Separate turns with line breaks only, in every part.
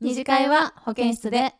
二次会は保健室で。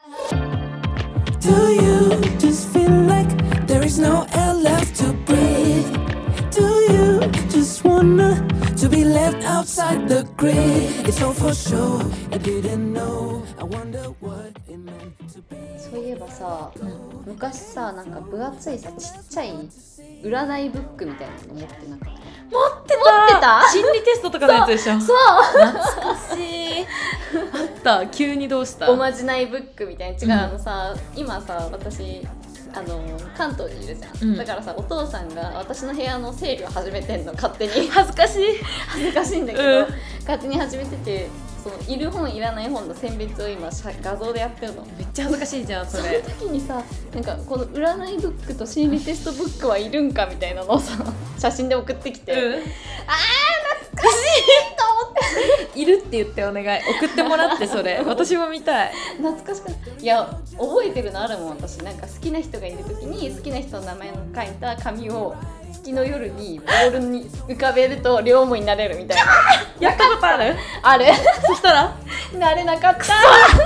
Do you just feel like there is no air left to breathe? Do you just wanna to be left outside the grid? It's all for sure, you didn't know. I wonder what it meant to be.
そういえばさ、昔さ、なんか分厚いさ、ちっちゃい占いブックみたいなの持ってなかった？
持って
た
心理テストとかのやつでしょ。
そう
懐かしい。あった。急にどうした？
おまじないブックみたいな。違う、さ、今さ、私関東にいるじゃん、だからさ、お父さんが私の部屋の整理を始めてんの、勝手に。
恥ずかしい。
恥ずかしいんだけど、勝手に始めてて、そのいる本いらない本の選別を今画像でやってるの。
めっちゃ恥ずかしいじゃんそれ。
その時にさ、なんかこの占いブックと心理テストブックはいるんかみたいなのをさ、写真で送ってきて、懐かしいと思って。
いるって言ってお願い。送ってもらってそれ。私も見たい。
懐かしかった。いや、覚えてるのあるもん。私なんか好きな人がいる時に好きな人の名前の書いた紙を月の夜にボールに浮かべると両思いになれるみたいな。
やったことある？
ある。
そしたら
なれなかった。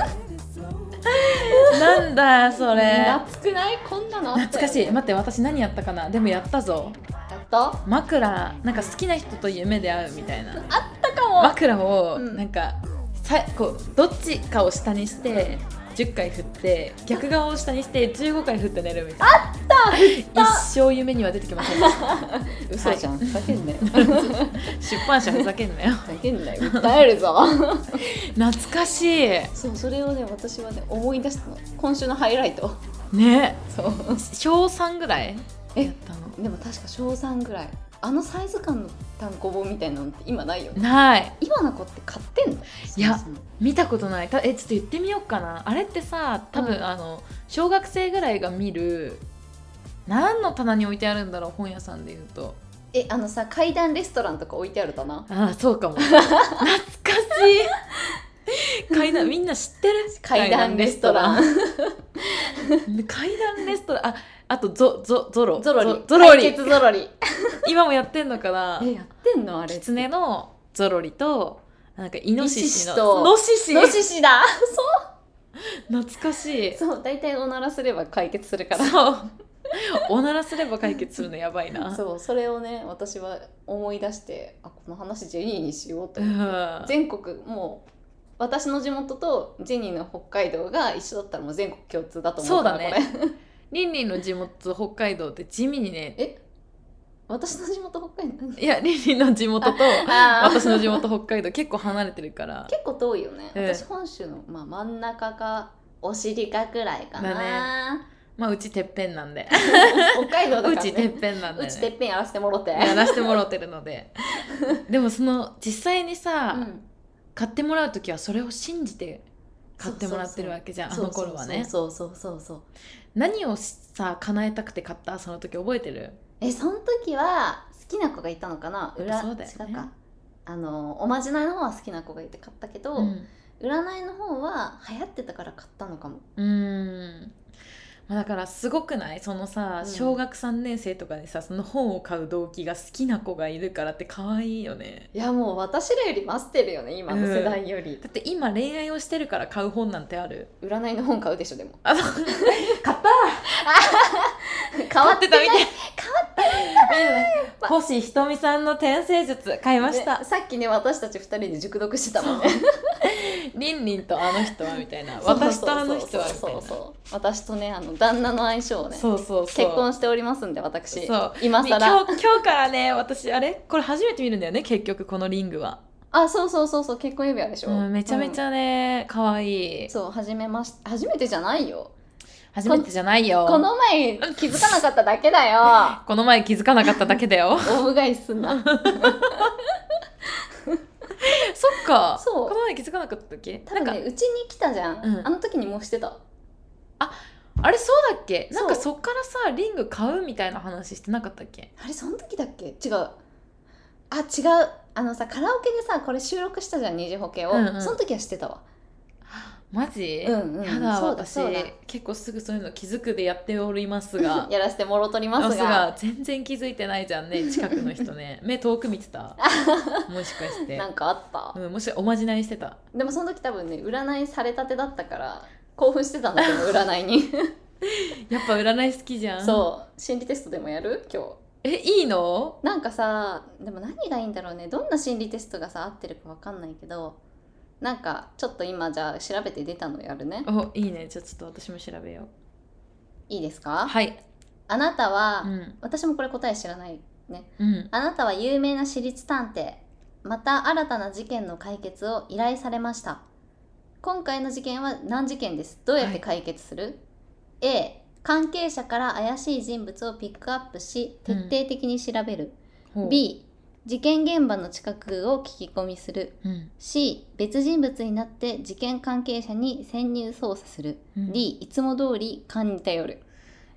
なんだそれ。
懐くない？こんなのあったよね。
懐かしい。待って、私何やったかな。でもやったぞ。
やった？
枕、なんか好きな人と夢で会うみたいな。
あったかも。
枕をなんか、こうどっちかを下にして10回振って、逆側を下にして15回振って寝るみたいな。
あった。
一生夢には出てきませんでした。
嘘じゃん。ふざけんなよ。
出版社ふざけんなよ。
ふざけんなよ。訴えるぞ。
懐かしい。
そう、それをね、私はね、思い出したの。今週のハイライト。
ね。
そう。
小3ぐらいやったの。
でも確か小3ぐらい。あのサイズ感の単行本みたいなのって今ないよね。
ない。
今の子って買ってんの？
いや、見たことない。ちょっと言ってみようかな。あれってさ、多分、小学生ぐらいが見る、何の棚に置いてあるんだろう、本屋さんでいうと。
さ、階段レストランとか置いてある棚。
ああ、そうかも。懐かしい。階段、みんな知ってる？
階段レストラン。
階段レストラン。あとゾロリ。
解決ゾロリ。
今もやってんのかな。
やってんのあれ。
狐のゾロリとなんかイノシシの
ノシシだ。
そう。懐かしい。
そう、大体おならすれば解決するから。
そう。おならすれば解決するのやばいな。
そう、それをね、私は思い出して、この話ジェニーにしようと思って。全国もう私の地元とジェニーの北海道が一緒だったらもう全国共通だと思う。
そうだね。リンリンの地元北海道って地味にね。
私の地元北海道？
いや、リンリンの地元と私の地元北海道結構離れてるから。
結構遠いよね。私本州の、真ん中かお尻かくらいかな。
だね。まあうちてっぺんなんで。
北海道だからね。
うちてっぺんなんで、ね。
うちてっぺんやらせてもろて。
やらせてもろてるので。でも実際にさ、買ってもらうときはそれを信じて買ってもらってるわけじゃん。あの頃はね。
そう。
何をさ叶えたくて買った？その時覚えてる？
その時は好きな子がいたのかな。
そうだよね。
違うか。おまじないの方は好きな子がいて買ったけど、占いの方は流行ってたから買ったのかも。
だからすごくない？そのさ、小学3年生とかでさ、その本を買う動機が好きな子がいるからって可愛いよね。
いや、もう私らより増してるよね、今の世代より。
だって今恋愛をしてるから買う本なんてある？
占いの本買うでしょ。でも
買った
変わってたみたい。変わって
る。星ひとみさんの転生術買いました、
さっきね、私たち2人で熟読してたもんね。
リンリンとあの人はみたいな、私とあの人はみたいな。
私とね、旦那の相性をね、
そう
結婚しておりますんで、私。
そう
今更
今日からね、私これ初めて見るんだよね、結局このリングは。
そう結婚指輪でしょ。
めちゃめちゃね、可愛い。
そう、初めてじゃないよ。
初めてじゃないよ。
この前気づかなかっただけだよ。
この前気づかなかっただけだよ。
オウム返しすんな。
そっか。
そう。
この前気づかなかったっけ？
多分ね、うちに来たじゃん。あの時にもうしてた。
あれそうだっけ？なんかそっからさ、リング買うみたいな話してなかったっけ？
あれその時だっけ？違う。違う。カラオケでさ、これ収録したじゃん、二次保険を。その時はしてたわ。
マジ？
うんうん
やだ、
そうだ
私
そうだ
結構すぐそういうの気づくでやっておりますが
やらせてもろとりますが
全然気づいてないじゃんね、近くの人ね。目遠く見てたもしかして
なんかあった、
もしおまじないしてた。
でもその時多分ね占いされたてだったから興奮してたんだけど占いに
やっぱ占い好きじゃん。
そう心理テストでもやる今日。
いいの？
なんかさでも何がいいんだろうね、どんな心理テストがさ合ってるか分かんないけど、なんかちょっと今じゃあ調べて出たのやるね。
いいね。じゃあちょっと私も調べよう。
いいですか？
はい。
あなたは、
私
もこれ答え知らないね、
うん
あなたは有名な私立探偵、また新たな事件の解決を依頼されました。今回の事件は難事件です。どうやって解決する？ A、関係者から怪しい人物をピックアップし徹底的に調べる、B、事件現場の近くを聞き込みする、C、別人物になって事件関係者に潜入捜査する、D、いつも通り勘に頼る。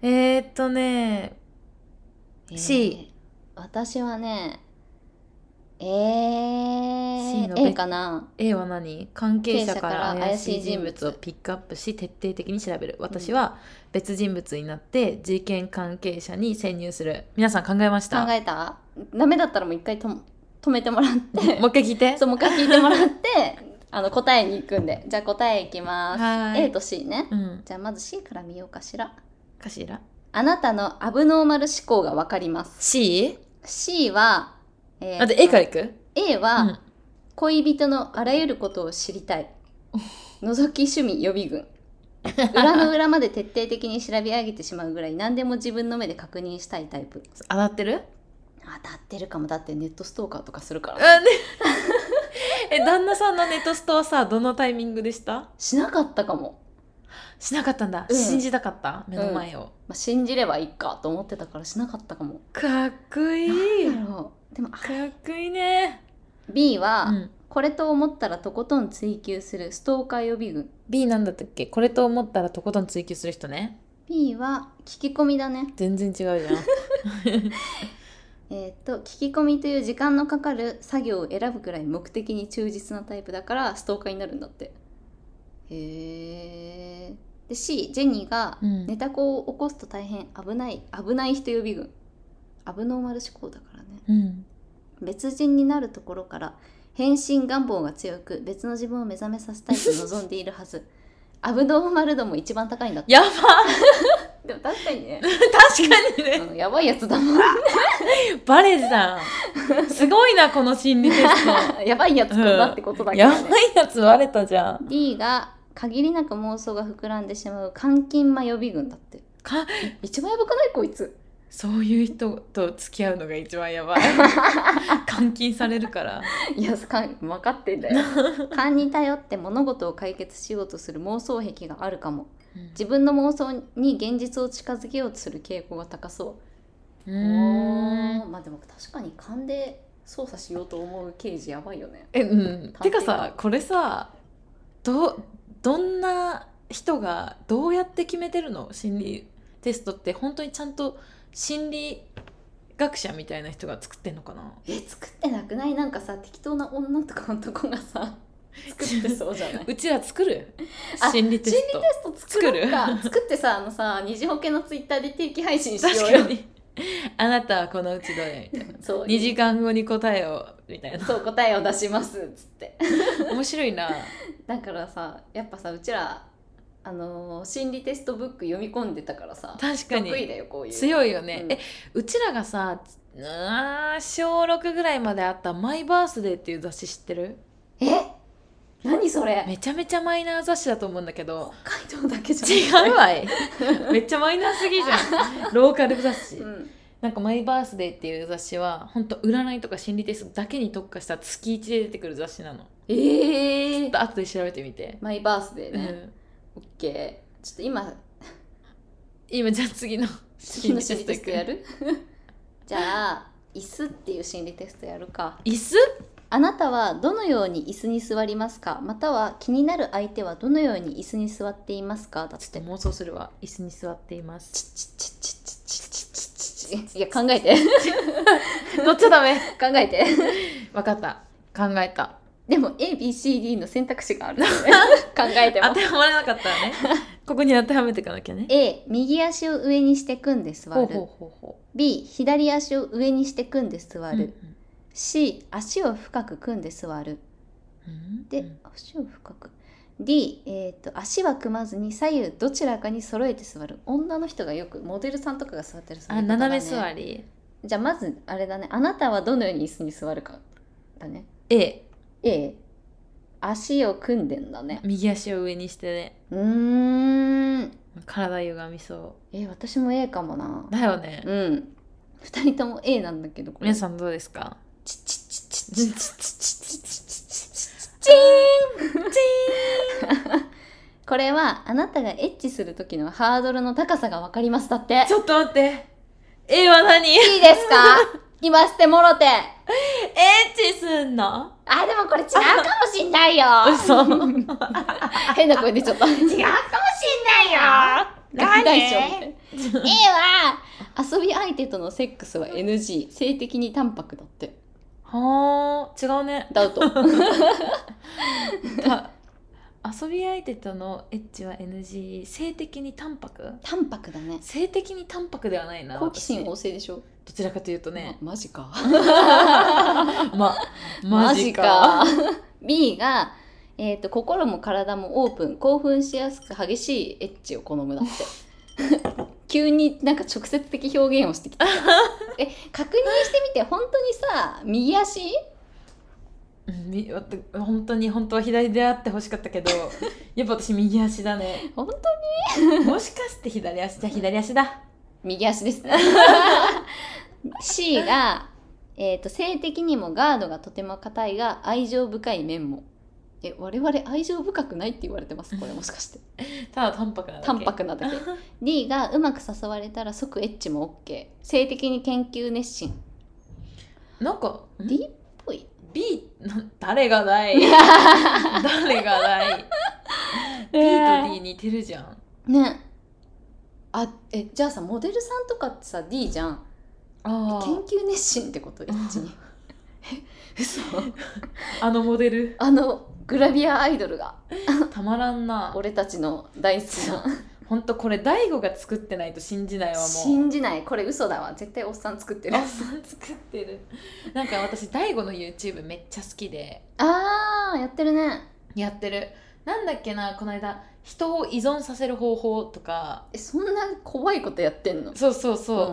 C。
私はね
C の
A かな。
A は何？関係者から怪しい人物をピックアップし徹底的に調べる。私は別人物になって事件関係者に潜入する。皆さん考えました？
考えた？ダメだったらもう一回止めてもらって
もう一回聞いて。
そうもう一回聞いてもらって答えに行くんで。じゃあ答えいきます。 A と C ね、じゃあまず C から見ようかしら。あなたのアブノーマル思考がわかります。 C は
A からいく？
A は、恋人のあらゆることを知りたい覗き趣味予備軍裏の裏まで徹底的に調べ上げてしまうぐらい何でも自分の目で確認したいタイプ。
当たってる？
当たってるかも。だってネットストーカーとかするから、
旦那さんのネットストはさどのタイミングでした？
しなかったかも。
しなかったんだ、信じたかった目の前を、
信じればいいかと思ってたからしなかったかも。
かっこいい。
なんだろう、でも
かっこいいね。
B は、これと思ったらとことん追求するストーカー予備軍。
B なんだったっけ？これと思ったらとことん追求する人ね。
B は聞き込みだね。
全然違うじゃん
聞き込みという時間のかかる作業を選ぶくらい目的に忠実なタイプだからストーカーになるんだって。で C、 ジェニーが、ネタ子を起こすと大変危ない人予備軍。アブノーマル思考だからね、別人になるところから変身願望が強く別の自分を目覚めさせたいと望んでいるはずアブノーマル度も一番高いんだって。
やば
でも確かにね
確かにね、
やばいやつだもん
バレた。すごいなこの心理テスト
やばいやつだってことだけどね、
やばいやつバレたじゃん。
D が限りなく妄想が膨らんでしまう監禁魔予備軍だって。一番やばくないこいつ。
そういう人と付き合うのが一番やばい監禁されるから。
いや分かってんだよ勘に頼って物事を解決しようとする妄想癖があるかも、自分の妄想に現実を近づけようとする傾向が高そう。まあでも確かに勘で操作しようと思う刑事やばいよね。
てかさこれさどんな人がどうやって決めてるの？心理テストって本当にちゃんと心理学者みたいな人が作ってんのかな？
作ってなくない？なんかさ適当な女とか男がさ作ってそうじゃない？
うちら作る？心理テスト。
心理テスト作るか作ってさ二次保険のツイッターで定期配信しようよ。
確かにあなたはこのうちどれみたいな
そう
2時間後に答えをみたいな。
そう答えを出しますっつって
面白いな。
だからさやっぱさうちら心理テストブック読み込んでたからさ
確かに
得意だよこういう。
強いよね、うちらがさ小6ぐらいまであったマイバースデーっていう雑誌知ってる？
何それ？
めちゃめちゃマイナー雑誌だと思うんだけど。
北海道だけじゃ
違うわいめっちゃマイナーすぎじゃんローカル雑誌、なんかマイバースデーっていう雑誌は本当占いとか心理テストだけに特化した月1で出てくる雑誌なの。ちょっと後で調べてみて。
マイバースデーね、オッケー。ちょっと
今じゃあ次の
心理テストやるじゃあ椅子っていう心理テストやるか。
椅子？
あなたはどのように椅子に座りますか？または気になる相手はどのように椅子に座っていますか？だって。
ちょっと妄想するわ。椅子に座っています。
いや考えて
乗っちゃダメ。
考えて
分かった。考えた。
でも ABCD の選択肢があるので考えても
当てはまらなかったらねここに当てはめていかなきゃね。
A 右足を上にして組んで座る。
ほうほうほうほ
B 左足を上にして組んで座
う。
る。C 足を深く組んで座る。で、足を深く。D、足は組まずに左右どちらかに揃えて座る。女の人がよくモデルさんとかが座ってる座り方だね。
斜め座り。
じゃあまずあれだね、あなたはどのように椅子に座るかだね。
A。
足を組んでんだね。
右足を上にして
ね。
体歪みそ
私も A かもな。
うだよね。
2人とも A なんだけど、これ
皆さんどうですか？
チッチッチッチッチッ
チ
チーンこれはあなたがエッチする時のハードルの高さが分かります。だって
ちょっと待って、 A は何？
いいですか？言わせてもろて。
エッチすんの？
でもこれ違うかもしんないよ。
嘘
変な声出ちゃった。違うかもしんないよ。
何？
A は遊び相手とのセックスは NG、 性的に淡白だって。
はあ、違うね。
ダウト
遊び相手とのエッチは NG、 性的に淡白？
淡白だね。
性的に淡白ではないな。
好奇心旺盛でしょ。
どちらかというとね。
マジか
マジか。
B が、心も体もオープン、興奮しやすく激しいエッチを好むだって急になんか直接的表現をしてきた確認してみて、本当にさ、右足？
本当は左であってほしかったけどやっぱ私右足だね。
本当に
もしかして左足？じゃあ左足だ。
右足ですねC が、性的にもガードがとても硬いが愛情深い面も。我々愛情深くないって言われてます？これもしかして
ただ淡白なだけ。
淡白なだけD がうまく誘われたら即エッチも OK、 性的に研究熱心。
なんか
D っぽい。
B 誰がだい誰がだい B と D 似てるじゃん
ね。じゃあさ、モデルさんとかってさ D じゃん。研究熱心ってこと？エッチに嘘
モデル、
グラビアアイドルが
たまらんな。
俺たちの大好きな
ほんとこれ大悟が作ってないと信じないわ。もう
信じない。これ嘘だわ。絶対おっさん作ってる。
おっさん作ってる。なんか私大悟の YouTube めっちゃ好きで。
やってるね。
やってる。なんだっけな、この間人を依存させる方法とか。
そんな怖いことやってんの？
そう、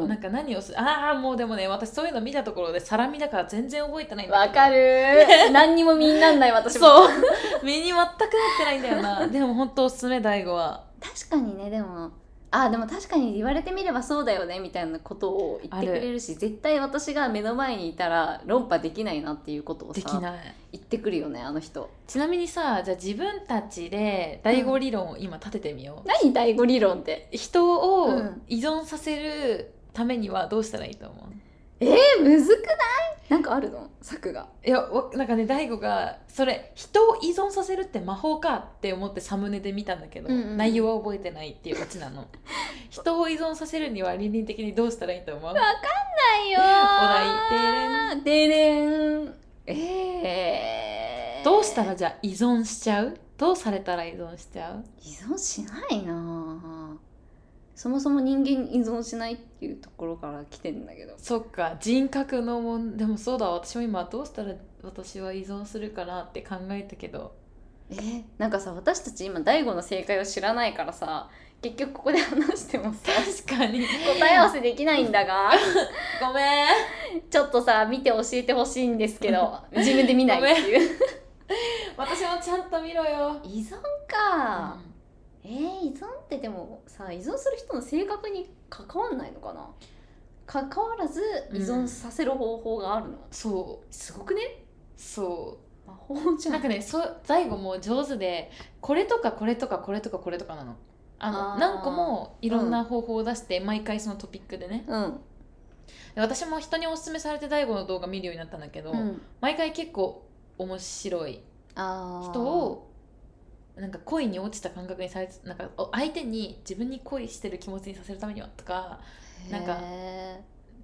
なんか何をする。もうでもね、私そういうの見たところでサラミだから全然覚えてないんだけど。
わかる何にも身になんない私も。
そう身に全くなってないんだよなでも本当おすすめ、大悟は。
確かにね。でも確かに言われてみればそうだよねみたいなことを言ってくれるし、絶対私が目の前にいたら論破できないなっていうことをさ、
できない。
言ってくるよね、あの人。
ちなみにさ、じゃあ自分たちで大悟理論を今立ててみよう。
何大悟理論って？
人を依存させるためにはどうしたらいいと思う？
むずくない？なんかあるの？策が。
いや、なんかね、大悟がそれ人を依存させるって魔法かって思ってサムネで見たんだけど、内容は覚えてないっていうオチなの人を依存させるには倫理的にどうしたらいいと思う？
わかんないよ
お題
でれん。
どうしたらじゃあ依存しちゃう？どうされたら依存しちゃう？
依存しないな。そもそも人間に依存しないっていうところから来てんだけど。
そっか、人格のもん。でもそうだ、私も今どうしたら私は依存するかなって考えたけど、
なんかさ、私たち今大悟の正解を知らないからさ、結局ここで話してもさ
確かに
答え合わせできないんだが
ごめん、
ちょっとさ見て教えてほしいんですけど自分で見ないっていう
私もちゃんと見ろよ。
依存か、依存ってでもさ、依存する人の性格に関わんないのかな。関わらず依存させる方法があるの、
そう
すごくね。
そう
魔法じゃん。
なんかね、大悟も上手で、これとかこれとかこれとかこれとかなの。何個もいろんな方法を出して、毎回そのトピックでね、で私も人におすすめされて大悟の動画見るようになったんだけど、毎回結構面白い。人をなんか恋に落ちた感覚にされて、なんか相手に自分に恋してる気持ちにさせるためにはとか、なんか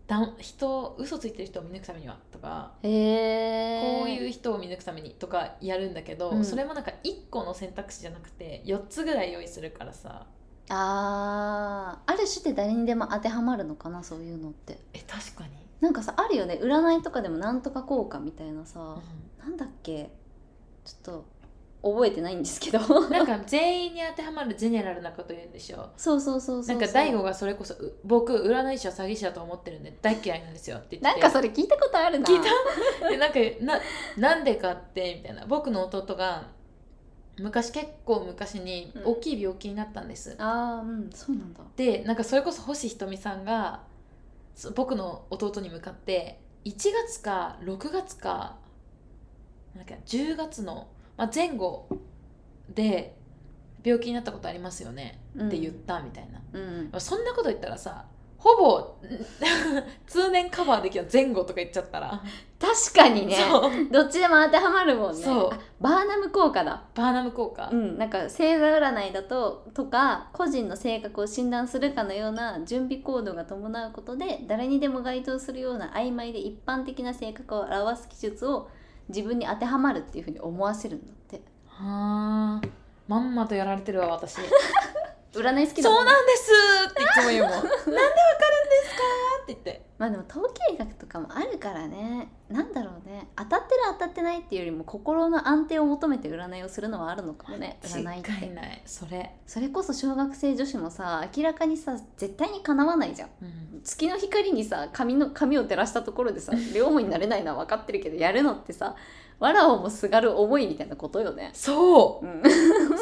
嘘ついてる人を見抜くためにはとか、
へえ。
こういう人を見抜くためにとかやるんだけど、それもなんか1個の選択肢じゃなくて4つぐらい用意するからさ。
ある種で誰にでも当てはまるのかな、そういうのって。
確かに
なんかさ、あるよね、占いとかでもなんとか効果みたいなさ、なんだっけ、ちょっと覚えてないんですけど
なんか全員に当てはまるジェネラルなこと言うんでしょ。
そう
なんか大悟がそれこそ僕占い師は詐欺師だと思ってるんで大嫌いなんですよって言ってて、
なんかそれ聞いたことあるな。
聞いたでなんかなんでかってみたいな、僕の弟が結構昔に大きい病気になったんです、
そうなんだ。
でなんかそれこそ星ひとみさんが僕の弟に向かって1月か6月かなんか10月の、前後で病気になったことありますよね、って言ったみたいな、そんなこと言ったらさ、ほぼ通年カバーできる前後とか言っちゃったら
確かにね、どっちでも当てはまるもんね。
そう、
バーナム効果だ。
バーナム効果、
なんか星座占いだとか個人の性格を診断するかのような準備行動が伴うことで、誰にでも該当するような曖昧で一般的な性格を表す記述を自分に当てはまるっていうふうに思わせるんだって。
はあ、まんまとやられてるわ私
占い好きだもん。
そうなんですっていつも言うもんなんでわかるんですかって言って。
でも統計学とかもあるからね、なんだろうね、当たってる当たってないっていうよりも心の安定を求めて占いをするのはあるのかもね、占いって。
違いない、それ
こそ小学生女子もさ、明らかにさ絶対にかなわないじゃん、月の光にさ髪を照らしたところでさ両思いになれないのは分かってるけど、やるのってさわらをもすがる思いみたいなことよね。
そう、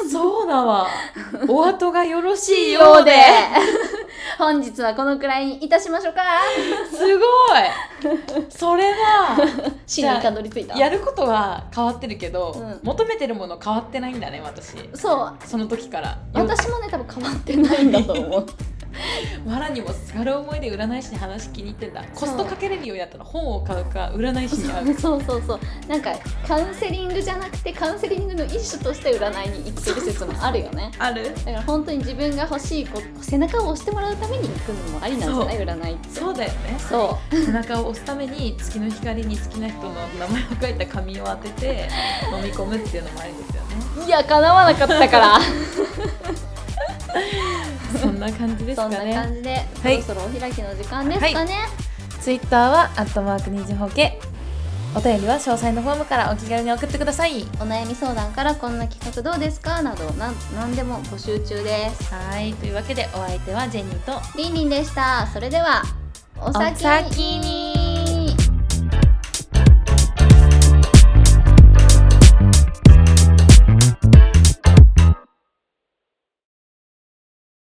そうだわお後がよろしいようで
本日はこのくらいにいたしましょうか。
すごいそれは
真にたどり着いた。
やることは変わってるけど、求めてるもの変わってないんだね私。その時から
私もね多分変わってないんだと思う
わらにもすがる思いで占い師に話気に入ってんだ。コストかけれるようやったら本を買うか占い師に会う。
そうなんかカウンセリングじゃなくてカウンセリングの一種として占いに行ってる説もあるよね
ある。
だから本当に自分が欲しい背中を押してもらうために行くのもありなんじゃない、占いって。
そうだよね。背中を押すために月の光に好きな人の名前を書いた紙を当てて飲み込むっていうのもありですよね。
いや叶わなかったから
そんな感じですかね。
そんな感じで、そろそろお開きの時間ですかね。
ツイッターは@二次方形。お便りは詳細のフォームからお気軽に送ってください。
お悩み相談からこんな企画どうですかなど何でも募集中です。
はい、というわけでお相手はジェニーと
リンリンでした。それではお先に。